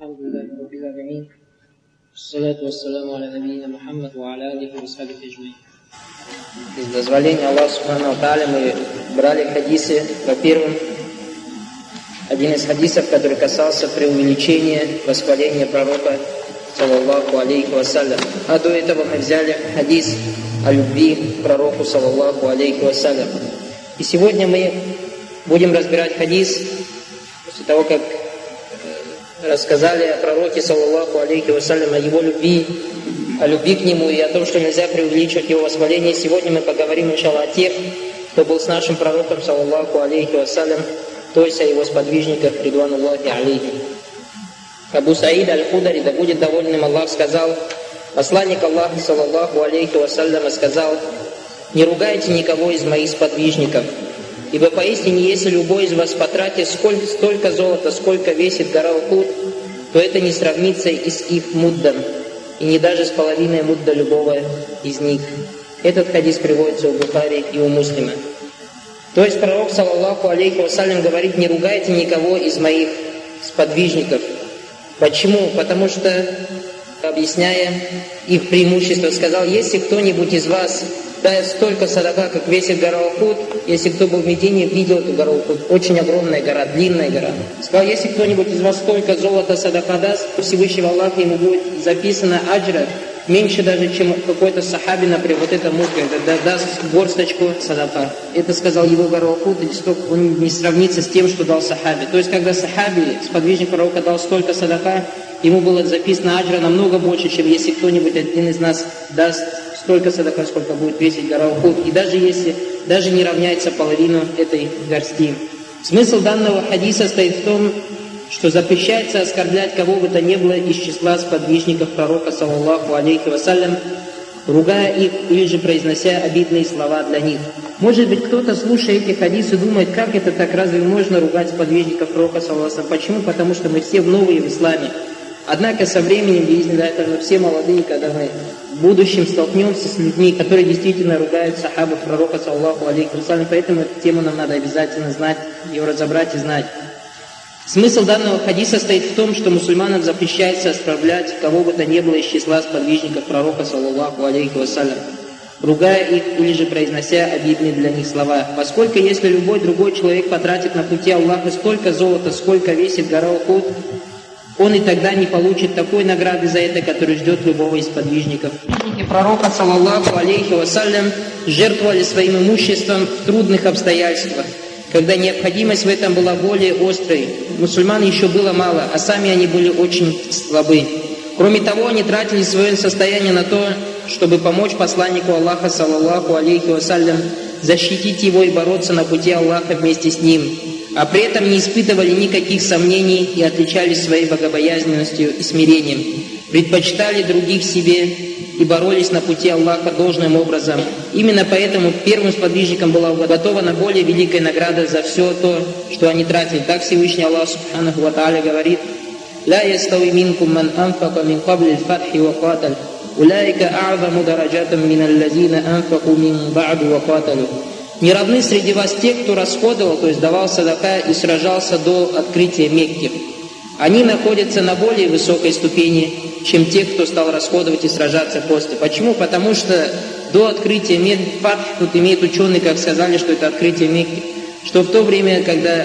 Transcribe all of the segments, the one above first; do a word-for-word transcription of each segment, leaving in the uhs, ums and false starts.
Alhamdulillah Rabbil Alamin. Салату вассаламу аля набийина Мухаммад ва аля алихи ва асхабихи аджмаин. Из дозволения Аллаха Субхану ва Тааля мы брали хадисы. Во-первых, один из хадисов, который касался преувеличения восхваления пророка, саллаллаху алейхи вассалям. А до этого мы взяли хадис о любви к пророку, саллаллаху алейхи вассалям. И сегодня мы будем разбирать хадис после того, как рассказали о пророке, саллаллаху алейхи вассалям, о его любви, о любви к нему и о том, что нельзя преувеличивать его восхваление. Сегодня мы поговорим, иншаллах, о тех, кто был с нашим пророком, саллаллаху алейхи вассалям, то есть о его сподвижниках, ридвануллахи алейхи. Абу Саид аль-Худари, да будет доволен им Аллах, сказал: посланник Аллаха, саллаллаху алейхи вассалям, сказал: не ругайте никого из моих сподвижников, ибо поистине, если любой из вас потратит сколько, столько золота, сколько весит гора Ухуд, то это не сравнится и с их муддом, и не даже с половиной мудда любого из них. Этот хадис приводится у Бухари и у Муслима. То есть пророк, саллаллаху алейхи вассалям, говорит: не ругайте никого из моих сподвижников. Почему? Потому что, объясняя их преимущество, сказал: если кто-нибудь из вас дает столько садака, как весит гора Ухуд, если кто был в Медине, видел эту гору Ухуд, очень огромная гора, длинная гора. Сказал: если кто-нибудь из вас столько золота садака даст, Всевышнего Аллаха ему будет записано аджра меньше даже, чем какой-то сахаби, например, вот эта мука, это даст горсточку садака. Это сказал его гора Ухуд, и столько, он не сравнится с тем, что дал сахаби. То есть, когда сахаби, сподвижник пророка, дал столько садака, ему было записано аджра намного больше, чем если кто-нибудь один из нас даст столько садака, сколько будет весить гора Ухуд, и даже если даже не равняется половину этой горсти. Смысл данного хадиса стоит в том, что запрещается оскорблять кого бы то ни было из числа сподвижников пророка, саллаллаху алейхи вассалям, ругая их или же произнося обидные слова для них. Может быть, кто-то, слушая эти хадисы, думает: как это так, разве можно ругать сподвижников пророка, саллаллаху алейхи вассалям? Почему? Потому что мы все новые в исламе. Однако со временем, биизнилляхи, это мы все молодые, когда мы в будущем столкнемся с людьми, которые действительно ругают сахабов пророка, саллаллаху алейхи вассалям, поэтому эту тему нам надо обязательно знать, ее разобрать и знать. Смысл данного хадиса стоит в том, что мусульманам запрещается оскорблять кого бы то ни было из числа сподвижников пророка, саллаллаху алейхи вассалям, ругая их или же произнося обидные для них слова. Поскольку если любой другой человек потратит на пути Аллаха столько золота, сколько весит гора Ухуд, он и тогда не получит такой награды за это, который ждет любого из подвижников. Сподвижники пророка, саллаллаху алейхи вассалям, жертвовали своим имуществом в трудных обстоятельствах, когда необходимость в этом была более острой. Мусульман еще было мало, а сами они были очень слабы. Кроме того, они тратили свое состояние на то, чтобы помочь посланнику Аллаха, саллаллаху алейхи вассалям, защитить его и бороться на пути Аллаха вместе с ним, а при этом не испытывали никаких сомнений и отличались своей богобоязненностью и смирением, предпочитали других себе и боролись на пути Аллаха должным образом. Именно поэтому первым сподвижникам была уготована более великая награда за все то, что они тратили. Так Всевышний Аллах Субханаху ва Тааля говорит: «Ла ястави минкум ман анфака мин кабли аль-фатхи ва каталь, улайка а'заму дараджатам мин аллазина анфаку мин ба'ду ва каталю». Не равны среди вас те, кто расходовал, то есть давал садака и сражался до открытия Мекки. Они находятся на более высокой ступени, чем те, кто стал расходовать и сражаться после. Почему? Потому что до открытия Мекки, фатх, тут имеют ученые, как сказали, что это открытие Мекки, что в то время, когда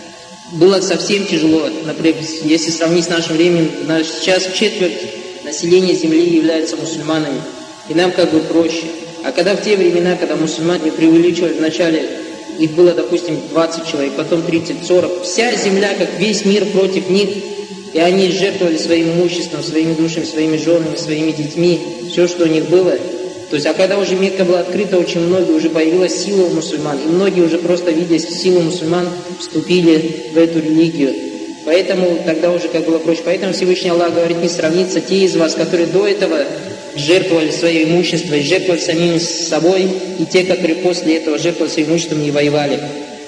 было совсем тяжело, например, если сравнить с нашим временем, сейчас четверть населения земли являются мусульманами, и нам как бы проще. А когда в те времена, когда мусульмане преувеличивали, вначале их было, допустим, двадцать человек, потом тридцать, сорок, вся земля, как весь мир против них, и они жертвовали своим имуществом, своими душами, своими женами, своими детьми, все, что у них было. То есть, а когда уже Мекка была открыта, очень многие уже появилась сила у мусульман, и многие уже просто, видя силу мусульман, вступили в эту религию. Поэтому тогда уже как было проще. Поэтому Всевышний Аллах говорит: не сравнится те из вас, которые до этого жертвовали свое имущество и жертвовали самим собой, и те, которые после этого жертвовали своим имуществом, не воевали.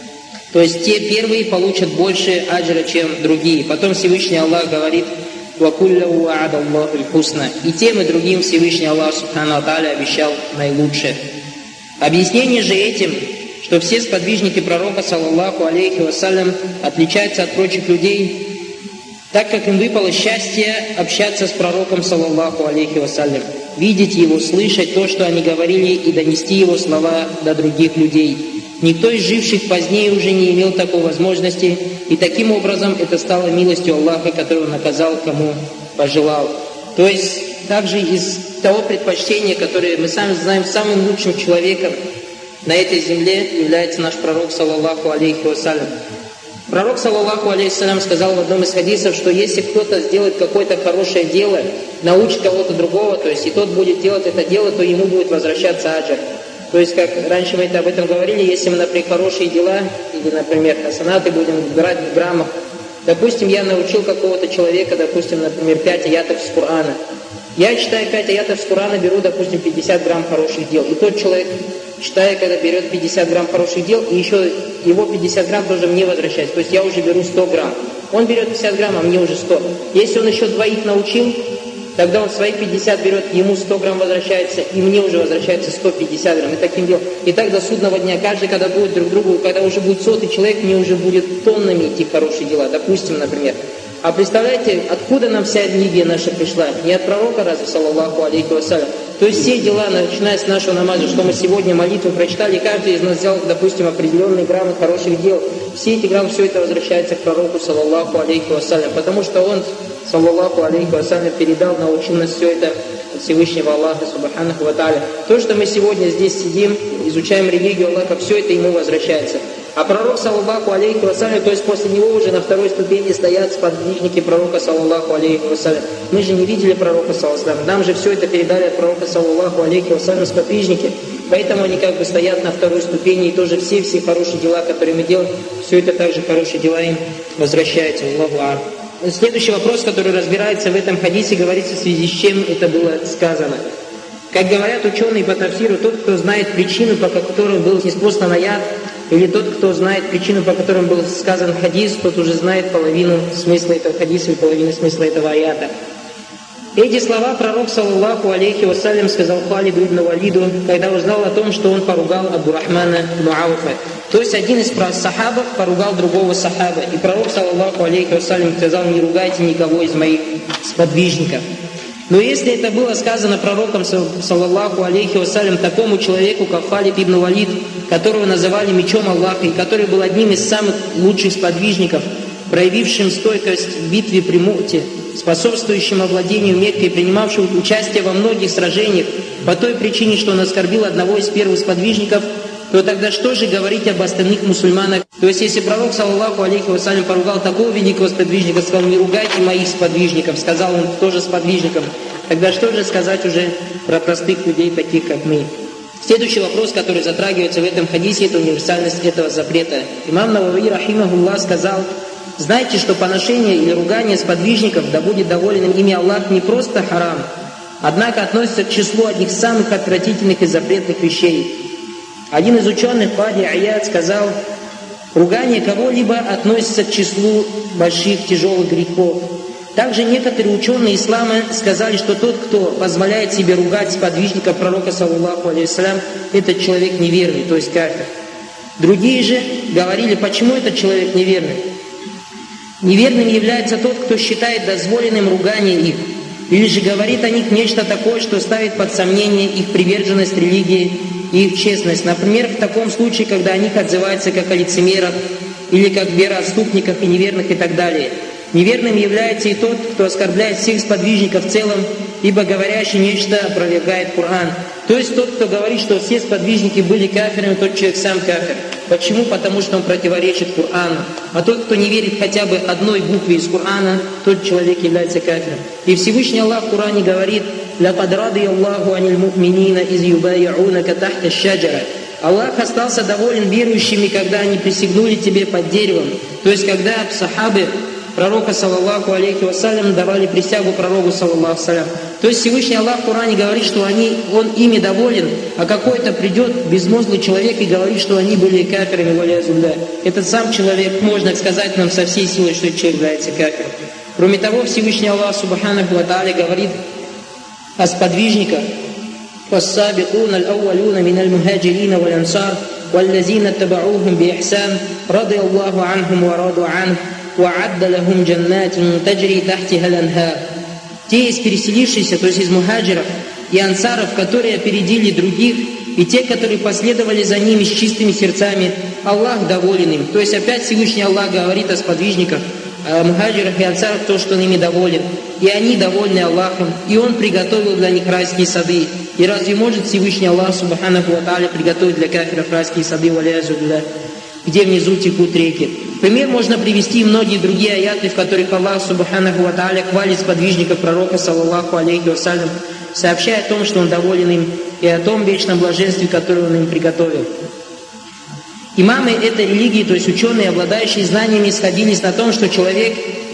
То есть те первые получат больше аджра, чем другие. Потом Всевышний Аллах говорит: «Вакуллаху а'адаллаху аль-хусна». И тем и другим Всевышний Аллах Субхану ва Тааля обещал наилучшее. Объяснение же этим, что все сподвижники пророка, саллаллаху алейхи вассалям, отличаются от прочих людей, так как им выпало счастье общаться с пророком, саллаллаху алейхи вассалям, видеть его, слышать то, что они говорили, и донести его слова до других людей. Никто из живших позднее уже не имел такой возможности, и таким образом это стало милостью Аллаха, которого наказал, кому пожелал. То есть, также из того предпочтения, которое мы сами знаем, самым лучшим человеком на этой земле является наш пророк, саллаллаху алейхи вассалям. Пророк, саллаллаху алейхи вассалям, сказал в одном из хадисов, что если кто-то сделает какое-то хорошее дело, научит кого-то другого, то есть и тот будет делать это дело, то ему будет возвращаться аджр. То есть, как раньше мы это об этом говорили, если мы, например, хорошие дела, или, например, хасанаты будем брать в граммах, допустим, я научил какого-то человека, допустим, например, пять аятов с Корана. Я, читая пять аятов с Корана, беру, допустим, пятьдесят грамм хороших дел. И тот человек, читая, когда берет пятьдесят грамм хороших дел, и еще его пятьдесят грамм тоже мне возвращается. То есть я уже беру сто грамм. Он берет пятьдесят грамм, а мне уже сто. Если он еще двоих научил, тогда он свои пятьдесят берет, ему сто грамм возвращается, и мне уже возвращается сто пятьдесят грамм. И таким делом. И так до судного дня. Каждый, когда будет друг другу, когда уже будет сотый человек, мне уже будет тоннами идти хорошие дела. Допустим, например. А представляете, откуда нам вся религия наша пришла? Не от пророка, разве, саллаллаху алейхи вассалям? То есть все дела, начиная с нашего намаза, что мы сегодня молитву прочитали, каждый из нас взял, допустим, определенные граммы хороших дел. Все эти граммы, все это возвращается к пророку, саллаллаху алейхи вассалям, потому что он, саллаллаху алейхи вассалям, передал, научил нас все это от Всевышнего Аллаха, субханаху ва тааля. То, что мы сегодня здесь сидим, изучаем религию Аллаха, все это ему возвращается. А пророк, саллаллаху алейхи вассалям, то есть после него уже на второй ступени стоят сподвижники пророка, саллаллаху алейхи вассалям. Мы же не видели пророка, саллаллаху алейхи вассалям. Нам же все это передали от пророка, саллаллаху алейхи вассалям, сподвижники. Поэтому они как бы стоят на второй ступени, и тоже все-все хорошие дела, которые мы делаем, все это также хорошие дела им возвращается. Аллаху ар. Следующий вопрос, который разбирается в этом хадисе, говорится, в связи с чем это было сказано. Как говорят ученые по тафсиру, тот, кто знает причину, по которой был ниспослан аят, или тот, кто знает причину, по которой был сказан хадис, тот уже знает половину смысла этого хадиса и половину смысла этого аята. Эти слова пророк, саллаллаху алейхи вассалям, сказал Халиду ибн Валиду, когда узнал о том, что он поругал Абдурахмана ибн Ауфа. То есть один из сахабов поругал другого сахаба. И пророк, саллаллаху алейхи вассалям, сказал: не ругайте никого из моих сподвижников. Но если это было сказано пророком, саллаллаху алейхи вассалям, такому человеку, как Халид ибн Валид, которого называли мечом Аллаха, и который был одним из самых лучших сподвижников, проявившим стойкость в битве при Му'те, способствующим овладению Меккой и принимавшим участие во многих сражениях по той причине, что он оскорбил одного из первых сподвижников, то тогда что же говорить об остальных мусульманах? То есть, если пророк, саллаллаху алейхи вассалям, поругал такого великого сподвижника, сказал: не ругайте моих сподвижников, сказал он тоже сподвижникам, тогда что же сказать уже про простых людей, таких как мы? Следующий вопрос, который затрагивается в этом хадисе, это универсальность этого запрета. Имам Навави, рахимахуллах, сказал: знайте, что поношение или ругание сподвижников, да будет доволен ими Аллах, не просто харам, однако относится к числу одних самых отвратительных и запретных вещей. Один из ученых, Пади Аяд, сказал: ругание кого-либо относится к числу больших тяжелых грехов. Также некоторые ученые ислама сказали, что тот, кто позволяет себе ругать сподвижника пророка, саллаллаху алейхи вассалям, этот человек неверный, то есть кафир. Другие же говорили, почему этот человек неверный. Неверным является тот, кто считает дозволенным ругание их, или же говорит о них нечто такое, что ставит под сомнение их приверженность религии и их честность. Например, в таком случае, когда о них отзываются как о лицемерах, или как вероотступниках и неверных и так далее. Неверным является и тот, кто оскорбляет всех сподвижников в целом, ибо говорящий нечто опровергает Коран. То есть тот, кто говорит, что все сподвижники были кафирами, тот человек сам кафир. Почему? Потому что он противоречит Корану. А тот, кто не верит хотя бы одной букве из Корана, тот человек является кафиром. И Всевышний Аллах в Коране говорит: «Лакад радияллаху аниль му'минина из юбай'унака тахта аш-шаджара». Аллах остался доволен верующими, когда они присягнули тебе под деревом. То есть, когда сахабы пророка, саллаллаху алейхи вассалям, давали присягу пророку, саллаллаху алейхи. То есть Всевышний Аллах в Коране говорит, что они, он ими доволен, а какой-то придет безмозглый человек и говорит, что они были кафирами, валиязулля. Этот сам человек, можно сказать нам со всей силой, что этот человек является кафиром. Кроме того, Всевышний Аллах субханаху ва тааля говорит о сподвижниках: «Фассабикуна аль-аувалуна миналь мухаджирина валь ансар, валлазина табаухум би ихсан, ради Аллаху анхум ва раду анх». وَعَدَّ لَهُمْ جَنَّاتٍ تَجْرِي تَحْتِهَا الْأَنْهَارُ. Те из переселившихся, то есть из мухаджиров и ансаров, которые опередили других, и те, которые последовали за ними с чистыми сердцами, Аллах доволен им. То есть опять Всевышний Аллах говорит о сподвижниках, о мухаджирах и ансарах, то, что он ими доволен. И они довольны Аллахом, и Он приготовил для них райские сады. И разве может Всевышний Аллах, субханаху ва тааля, приготовить для кафиров райские сады, валязу билля, где внизу текут реки? Пример можно привести и многие другие аяты, в которых Аллах, субханаху ва тааля, хвалит сподвижников пророка, саллаллаху алейхи вассалям, сообщая о том, что Он доволен им, и о том вечном блаженстве, которое Он им приготовил. Имамы этой религии, то есть ученые, обладающие знаниями, сходились на том, что человек,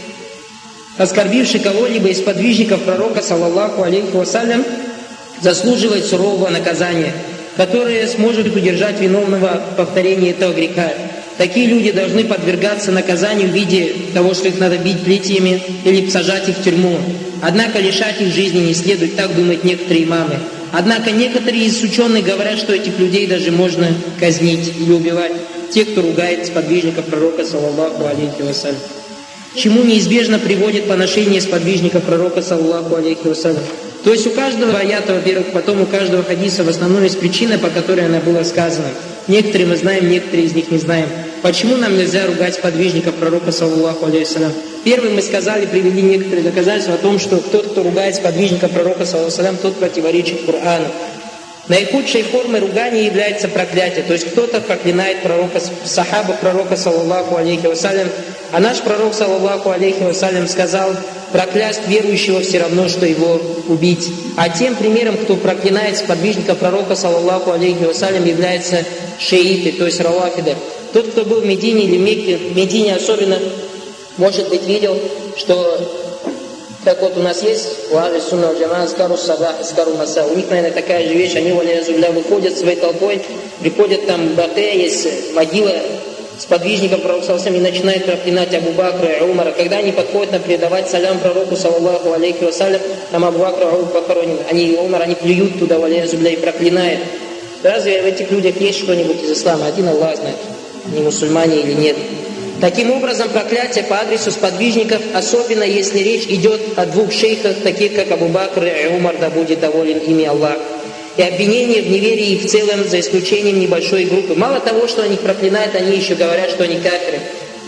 оскорбивший кого-либо из подвижников пророка, саллаллаху алейхи вассалям, заслуживает сурового наказания, которое сможет удержать виновного в повторении этого греха. Такие люди должны подвергаться наказанию в виде того, что их надо бить плетьями или сажать их в тюрьму. Однако лишать их жизни не следует, так думают некоторые имамы. Однако некоторые из ученых говорят, что этих людей даже можно казнить или убивать, те, кто ругает сподвижников пророка, саллаллаху алейхи вассалям. Чему неизбежно приводит поношение сподвижников пророка, саллаллаху алейхи вассалям. То есть у каждого аята, во-первых, потом у каждого хадиса в основном есть причина, по которой она была сказана. Некоторые мы знаем, некоторые из них не знаем. Почему нам нельзя ругать сподвижников пророка, саллаллаху алейхи вассалям? Первым мы сказали, привели некоторые доказательства о том, что тот, кто ругает сподвижника пророка, саллаллаху алейхи вассалям, тот противоречит Корану. Наихудшей формой ругания является проклятие. То есть кто-то проклинает пророка, сахаба пророка, саллаллаху алейхи вассалям, а наш пророк, саллаллаху алейхи вассалям, сказал: проклясть верующего все равно, что его убить. А тем примером, кто проклинает сподвижника пророка, саллаллаху алейхи вассалям, является шииты, то есть равафиды. Тот, кто был в Медине или Мекке, в Медине особенно, может быть, видел, что... Как вот у нас есть у Ахли Сунна валь Джамаа скару сабах, скару маса. У них, наверное, такая же вещь. Они, валязулля, выходят своей толпой, приходят там в Бате, есть могила сподвижников пророка, саллаллаху алейхи, и начинают проклинать Абу Бакра и Умара. Когда они подходят на передавать салям пророку, саллаллаху алейхи вассалям, там Абу Бакра и Умар похоронены. Они и Умар, они плюют туда, валязулля, и проклинают. Разве в этих людях есть что-нибудь из ислама? Один Аллах знает, не мусульмане или нет. Таким образом, проклятие по адресу сподвижников, особенно если речь идет о двух шейхах, таких как Абу Бакр и Умар, да будет доволен ими Аллах, и обвинение в неверии в целом, за исключением небольшой группы. Мало того, что они проклинают, они еще говорят, что они кафиры.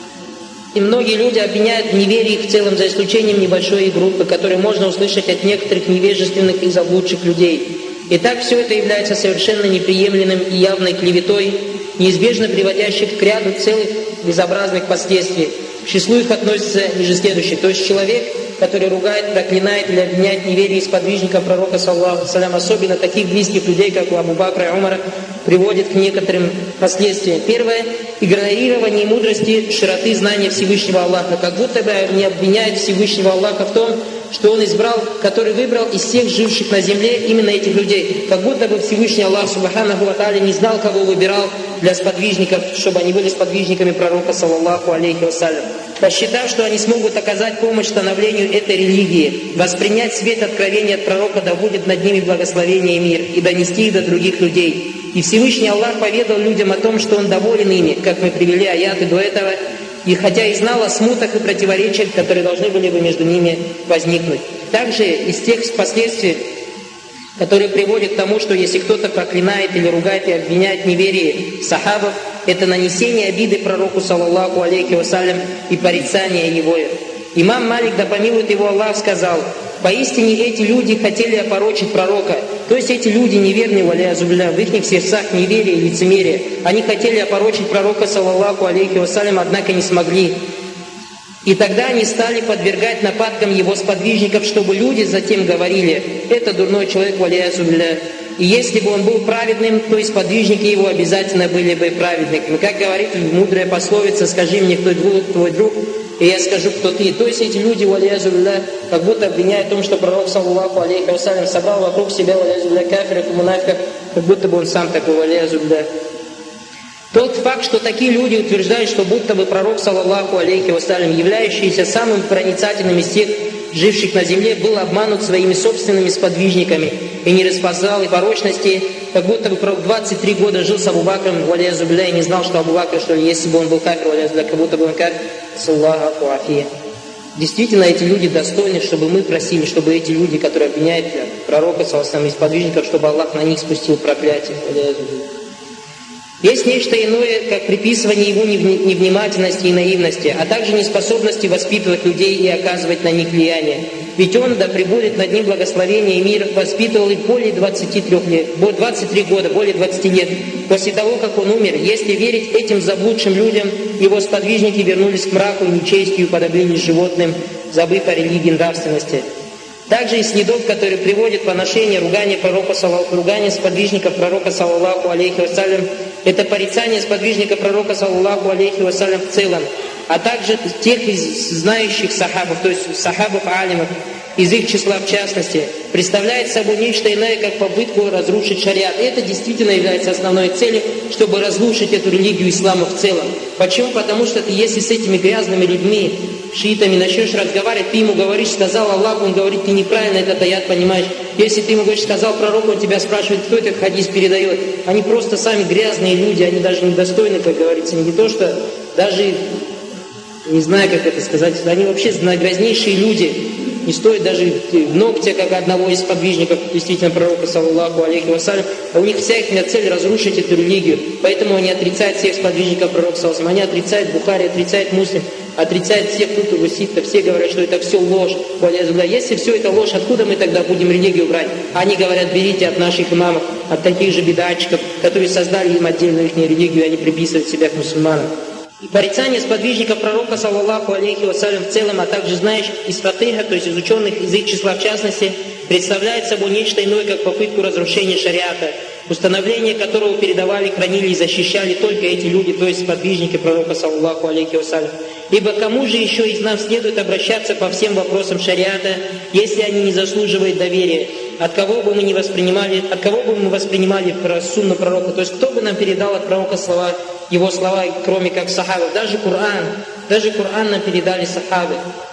И многие люди обвиняют в неверии в целом, за исключением небольшой группы, которые можно услышать от некоторых невежественных и заблудших людей. Итак, все это является совершенно неприемлемым и явной клеветой, неизбежно приводящих к ряду целых безобразных последствий. К числу их относится ниже следующее. То есть человек, который ругает, проклинает или обвиняет неверие сподвижника пророка, саллаллаху алейхи вассалям, особенно таких близких людей, как у Абу Бакра и Умара, приводит к некоторым последствиям. Первое – игнорирование мудрости, широты знания Всевышнего Аллаха. Как будто бы не обвиняет Всевышнего Аллаха в том, что Он избрал, который выбрал из всех живших на земле именно этих людей. Как будто бы Всевышний Аллах, субханаху ва тааля, не знал, кого выбирал для сподвижников, чтобы они были сподвижниками пророка, саллаллаху алейхи вассалям. Посчитав, что они смогут оказать помощь становлению этой религии, воспринять свет откровения от пророка, да будет над ними благословение и мир, и донести их до других людей. И Всевышний Аллах поведал людям о том, что Он доволен ими, как мы привели аяты до этого, и хотя и знал о смутах и противоречиях, которые должны были бы между ними возникнуть. Также из тех последствий, которые приводят к тому, что если кто-то проклинает или ругает и обвиняет в неверии сахабов, это нанесение обиды пророку, саллаллаху алейхи вассалям, и порицание его. Имам Малик, да помилует его Аллах, сказал: поистине эти люди хотели опорочить пророка. То есть эти люди неверные, валязубля, в их сердцах неверие и лицемерие. Они хотели опорочить пророка, саллаллаху алейхи вассалям, однако не смогли. И тогда они стали подвергать нападкам его сподвижников, чтобы люди затем говорили: это дурной человек, валязубля. И если бы он был праведным, то и сподвижники его обязательно были бы праведниками. Как говорит мудрая пословица: скажи мне, кто твой друг, и я скажу, кто ты. То есть эти люди, валязубля, как будто обвиняют в том, что пророк, саллаллаху алейхи вассалям, собрал вокруг себя, валязубля, кафиров и мунафиков, как будто бы он сам такой, валязубля. Тот факт, что такие люди утверждают, что будто бы пророк, саллаллаху алейхи вассалям, являющийся самым проницательным из тех живших на земле, был обманут своими собственными сподвижниками. и не распознал и порочности, как будто бы двадцать три года жил с Абу Бакром, валязу билля, и не знал, что Абу Бакр, что ли, если бы он был кафир, валязу билля, как будто бы он кафир, саллаху афия. Действительно, эти люди достойны, чтобы мы просили, чтобы эти люди, которые обвиняют пророка, саллаллаху алейхи, из подвижников, чтобы Аллах на них спустил проклятие. Есть нечто иное, как приписывание ему невнимательности и наивности, а также неспособности воспитывать людей и оказывать на них влияние. Ведь он, да пребудет над ним благословение и мир, воспитывал их более двадцати трёх лет, двадцать три года, более двадцати лет. После того, как он умер, если верить этим заблудшим людям, его сподвижники вернулись к мраку и нечестию, и подоблились животным, забыв о религии и нравственности. Также из следов, которые приводят поношение, ругание пророка, ругание сподвижников пророка, саллаллаху алейхи вассалям, это порицание сподвижника пророка, саллаллаху алейхи вассалям в целом, а также тех из знающих сахабов, то есть сахабов-алимов, из их числа в частности, представляет собой нечто иное, как попытку разрушить шариат. И это действительно является основной целью, чтобы разрушить эту религию ислама в целом. Почему? Потому что ты, если с этими грязными людьми, шиитами, начнешь разговаривать, ты ему говоришь, сказал Аллах, он говорит, ты неправильно этот аят понимаешь. Если ты ему говоришь, сказал пророк, он тебя спрашивает, кто этот хадис передает. Они просто сами грязные люди, они даже недостойны, как говорится, не то что даже, не знаю, как это сказать, они вообще грязнейшие люди. Не стоит даже ногтя, как одного из подвижников, действительно, пророка, саллаллаху алейхи вассалям, а у них вся их цель разрушить эту религию. Поэтому они отрицают всех сподвижников пророка, саллаллаху алейхи вассалям. Они отрицают Бухари, отрицают Муслим, отрицают всех кутуб ситта, все говорят, что это все ложь. Если все это ложь, откуда мы тогда будем религию брать? Они говорят, берите от наших имамов, от таких же бедатчиков, которые создали им отдельную их религию, и они приписывают себя к мусульманам. И порицание сподвижников пророка, саллаллаху алейхи вассалям, в целом, а также знающих из фатыха, то есть из ученых, из их числа в частности, представляет собой нечто иное, как попытку разрушения шариата, установление которого передавали, хранили и защищали только эти люди, то есть сподвижники пророка, саллаллаху алейхи вассалям. Ибо кому же еще из нас следует обращаться по всем вопросам шариата, если они не заслуживают доверия? От кого бы мы не воспринимали, от кого бы мы воспринимали сунну пророка? То есть кто бы нам передал от пророка слова, его слова, кроме как сахабов? Даже Коран, даже Коран нам передали сахабы.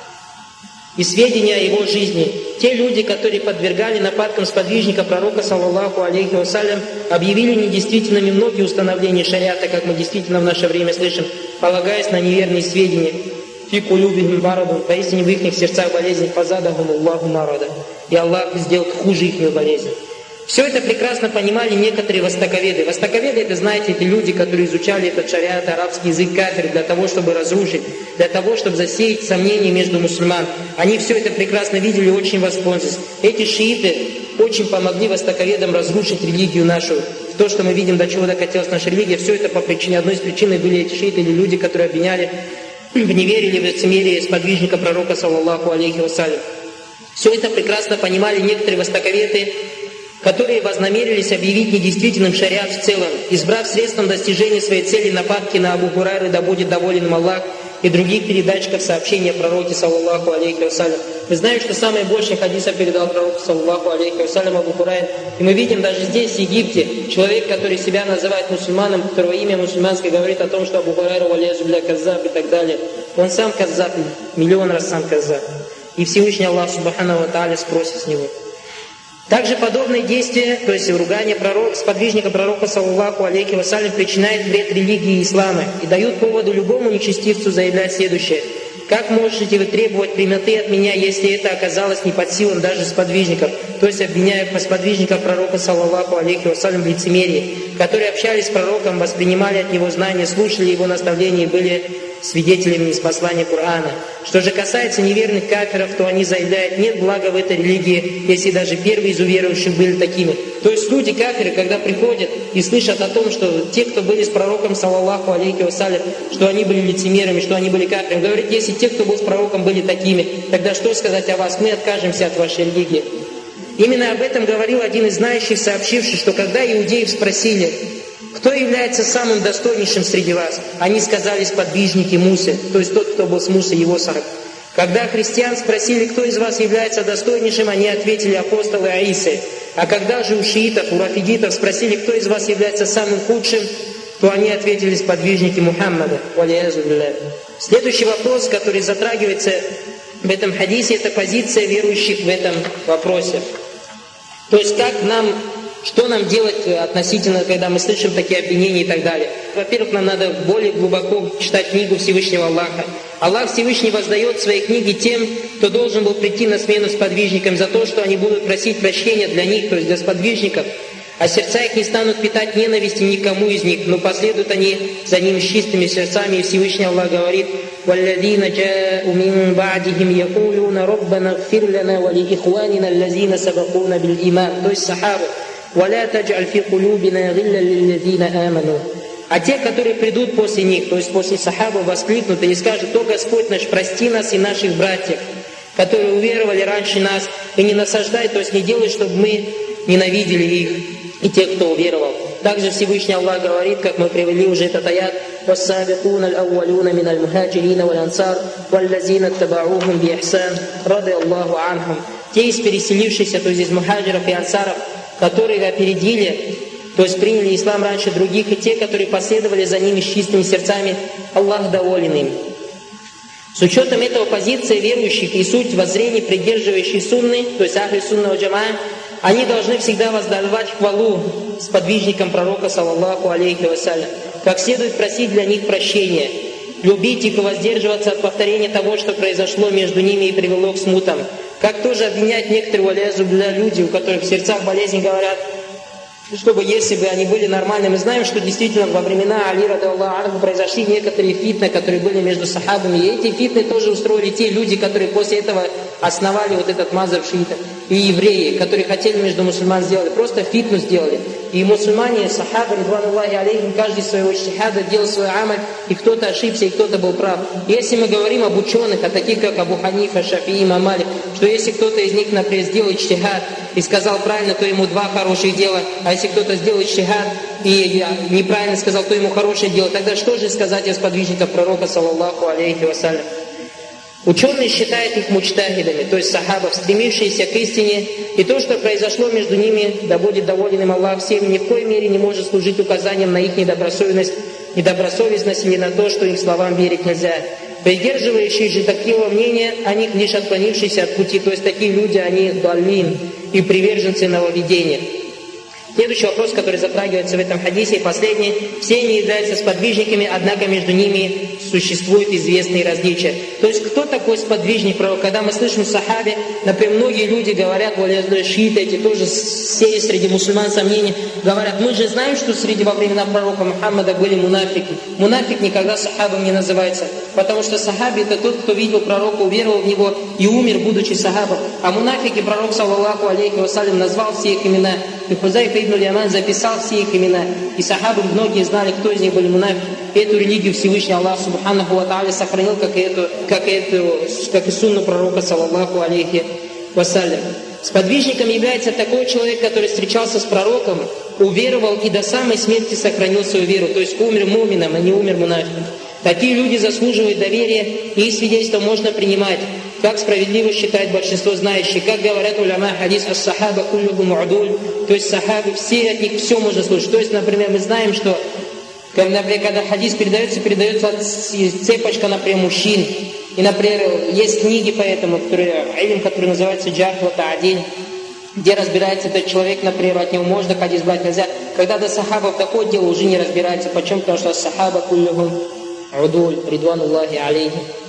И сведения о его жизни. Те люди, которые подвергали нападкам сподвижника пророка, саллаллаху алейхи вассалям, объявили недействительными многие установления шариата, как мы действительно в наше время слышим, полагаясь на неверные сведения. Фи кулюбихим марадун, поистине в их сердцах болезнь, фазадахум Аллаху марада. И Аллах сделал хуже их болезнь. Все это прекрасно понимали некоторые востоковеды. Востоковеды, это, знаете, это люди, которые изучали этот шариат, арабский язык, кафир, для того, чтобы разрушить, для того, чтобы засеять сомнения между мусульман. Они все это прекрасно видели и очень воспользовались. Эти шииты очень помогли востоковедам разрушить религию нашу. То, что мы видим, до чего докатилась наша религия, все это по причине, одной из причин были эти шииты, или люди, которые обвиняли в неверии или в лицемерии сподвижника пророка, саллаллаху алейхи вассалям. Все это прекрасно понимали некоторые востоковеды, которые вознамерились объявить недействительным шариат в целом, избрав средством достижения своей цели нападки на Абу Хурайру, да будет доволен им Аллах, и других передатчиков сообщения о пророке, саллаллаху алейхи вассалям. Мы знаем, что самое большее хадиса передал пророку, саллаллаху алейхи вассалям, Абу Хурайр. И мы видим даже здесь, в Египте, человек, который себя называет мусульманом, которого имя мусульманское говорит о том, что Абу Хурайру валязу билля каззаб и так далее. Он сам каззаб, миллион раз сам каззаб. И Всевышний Аллах субхану ва тааля спросит с него. Также подобные действия, то есть ругание пророка, сподвижника пророка, саллаллаху алейхи вассалям, причиняет вред религии ислама и дают поводу любому нечестивцу заявлять следующее. Как можете вы требовать прямоты от меня, если это оказалось не под силам даже сподвижников, то есть обвиняя сподвижников пророка, саллаллаху алейхи вассалям, в лицемерии, которые общались с пророком, воспринимали от него знания, слушали его наставления и были свидетелями ниспослания Корана. Что же касается неверных кафиров, то они заявляют, нет блага в этой религии, если даже первые из уверовавших были такими. То есть люди кафиры, когда приходят и слышат о том, что те, кто были с пророком, саллаллаху алейхи вассалям, что они были лицемерами, что они были кафирами, говорят, если те, кто был с пророком, были такими, тогда что сказать о вас? Мы откажемся от вашей религии. Именно об этом говорил один из знающих, сообщивший, что когда иудеев спросили, кто является самым достойнейшим среди вас, они сказали сподвижники Мусы, то есть тот, кто был с Мусой, его сорок. Когда христиан спросили, кто из вас является достойнейшим, они ответили апостолы Аисы. А когда же у шиитов, у рафидитов спросили, кто из вас является самым худшим, то они ответили сподвижники Мухаммада. Следующий вопрос, который затрагивается в этом хадисе, это позиция верующих в этом вопросе. То есть как нам, что нам делать относительно, когда мы слышим такие обвинения и так далее. Во-первых, нам надо более глубоко читать книгу Всевышнего Аллаха. Аллах Всевышний воздает свои книги тем, кто должен был прийти на смену сподвижникам за то, что они будут просить прощения для них, то есть для сподвижников. А сердца их не станут питать ненависти никому из них, но последуют они за ним с чистыми сердцами. И Всевышний Аллах говорит: وَالَّذِينَ جَاءُوا مِن بَعْدِهِمْ يَقُولُونَ رَبَّنَا اغْفِرْ لَنَا وَلِإِخْوَانِنَا الَّذِينَ سَبَقُونَا بِالْإِيمَانِ. То есть сахабы. وَلَا تَجْعَلْ فِي قُلُوبِنَا غِلًّا لِلَّذِينَ آمَنُوا. А те, которые придут после них, то есть после сахабы, воскликнут и скажут: «О Господь наш, прости нас и наших братьев, которые уверовали раньше нас, и не насаждай, то есть не делай, чтобы мы ненавидели их и тех, кто уверовал». Также Всевышний Аллах говорит, как мы привели уже этот аят: «Вассабикуна аль-аувалюна мин аль-мухаджирина валь-ансар, валлазина аттабаухум би-ихсан, рады Аллаху анхум». Те из переселившихся, то есть из мухаджиров и ансаров, которые опередили, то есть приняли ислам раньше других, и те, которые последовали за ними с чистыми сердцами, Аллах доволен им. С учетом этого позиции верующих и суть воззрений, придерживающих сунны, то есть ахли сунна ва джамаа, они должны всегда воздавать хвалу сподвижникам пророка, саллаллаху алейхи вассалям, как следует просить для них прощения, любить их и воздерживаться от повторения того, что произошло между ними и привело к смутам. Как тоже обвинять некоторые валязу для людей, у которых в сердцах болезни, говорят, чтобы если бы они были нормальными. Мы знаем, что действительно во времена Али рады Аллаху анху произошли некоторые фитны, которые были между сахабами. И эти фитны тоже устроили те люди, которые после этого основали вот этот мазхаб шиитов. И евреи, которые хотели между мусульман сделать, просто фитну сделали. И мусульмане, сахабы, ридвануллахи алейхим, каждый своего иджтихада делал свой амаль, и кто-то ошибся, и кто-то был прав. Если мы говорим об ученых, о таких как Абу Ханифа, Шафии, имам Малик, что если кто-то из них, например, сделал иджтихад и сказал правильно, то ему два хороших дела, а если кто-то сделал иджтихад и неправильно сказал, то ему хорошее дело, тогда что же сказать о сподвижниках пророка, саллаллаху алейхи вассалям? Ученые считают их муджтахидами, то есть сахабов, стремившиеся к истине, и то, что произошло между ними, да будет доволен им Аллах всеми, ни в коей мере не может служить указанием на их недобросовестность, недобросовестность или на то, что их словам верить нельзя. Придерживающие же такого мнения, о них лишь отклонившиеся от пути, то есть такие люди, они даллин и приверженцы нововведения. Следующий вопрос, который затрагивается в этом хадисе, и последний. Все они являются сподвижниками, однако между ними существуют известные различия. То есть, кто такой сподвижник пророка? Когда мы слышим в сахабе, например, многие люди говорят, вот шииты, эти тоже сеют среди мусульман сомнения, говорят, мы же знаем, что среди во времена пророка Мухаммада были мунафики. Мунафик никогда сахабом не называется, потому что сахаби это тот, кто видел пророка, уверовал в него и умер, будучи сахабом. А мунафики пророк, саллаллаху алейхи вассалям, назвал все их имена. И Хузайфа ибн Яман записал все их имена. И сахабы многие знали, кто из них были мунафики. Эту религию Всевышний Аллах субханаху ва тааля сохранил, как и, эту, как, и эту, как и сунну пророка, саллаллаху алейхи вассалям. Сподвижником является такой человек, который встречался с пророком, уверовал и до самой смерти сохранил свою веру. То есть умер мумином, а не умер мунафиком. Такие люди заслуживают доверия, и их свидетельство можно принимать, как справедливо считает большинство знающих. Как говорят уляма, хадис ас-сахаба куллюхум удуль, то есть сахабы, все от них все можно слушать. То есть, например, мы знаем, что например, когда хадис передается, передается цепочка, например, мужчин. И, например, есть книги по этому, которые, илм, который называется «Джарх ва та'диль», где разбирается этот человек, например, от него можно хадис брать, нельзя. Когда до сахабов такое дело уже не разбирается. Почему? Потому что ас-сахаба куллюхум удуль, ридвануллахи алейхи.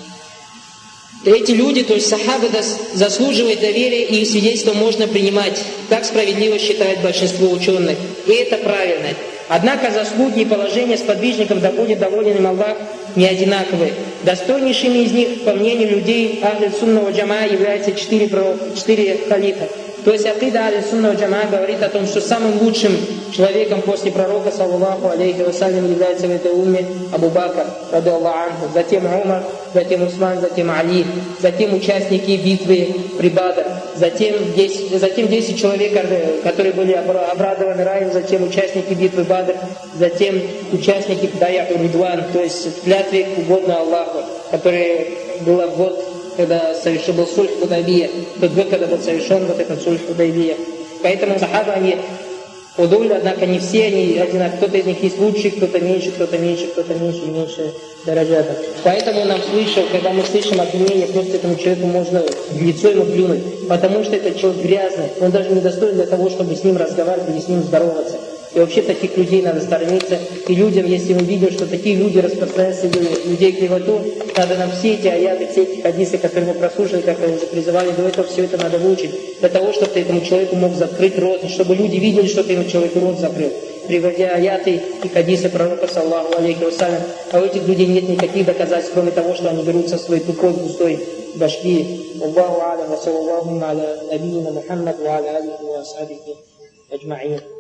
Эти люди, то есть сахабы, заслуживают доверия, и их свидетельство можно принимать, как справедливо считает большинство ученых. И это правильно. Однако заслуги и положение сподвижников, да будет доволен им Аллах, не одинаковые. Достойнейшими из них, по мнению людей, ахли сунна ва джамаа, являются четыре, четыре халифа. То есть акида ахли сунна ва джамаа говорит о том, что самым лучшим человеком после пророка, саллаллаху алейхи вассалям, является в этой умме Абу Бакр, рады Аллаху анху, затем Умар, затем Усман, затем Али, затем участники битвы при Бадр, затем десять, затем десять человек, которые были обрадованы раем, затем участники битвы Бадр, затем участники Бая Ридван, то есть в клятве угодно Аллаху, который был в год, когда совершил был сульх Худайбия, тот год, когда был совершен вот этот сульх Худайбия. Поэтому сахаба, они Удуль, однако не все они одинаковые. Кто-то из них есть лучший, кто-то меньше, кто-то меньше, кто-то меньше и меньше дараджата. Поэтому нам слышал, когда мы слышим обвинение, просто этому человеку можно в лицо ему плюнуть. Потому что этот человек грязный, он даже не достоин для того, чтобы с ним разговаривать или с ним здороваться. И вообще таких людей надо сторониться. И людям, если мы видим, что такие люди распространяют среди людей кривоту, надо нам все эти аяты, все эти хадисы, которые мы прослушали, как мы уже призывали до этого, все это надо выучить, для того, чтобы ты этому человеку мог закрыть рот, и чтобы люди видели, что ты этому человеку рот закрыл, приводя аяты и хадисы пророка, саллаху алейхи вассалям. А у этих людей нет никаких доказательств, кроме того, что они берут со своей тупой, пустой башки. Аллаху алям, ва саллаллаху аля набийина Мухаммад, ва аля алихи ва асхабихи аджмаин.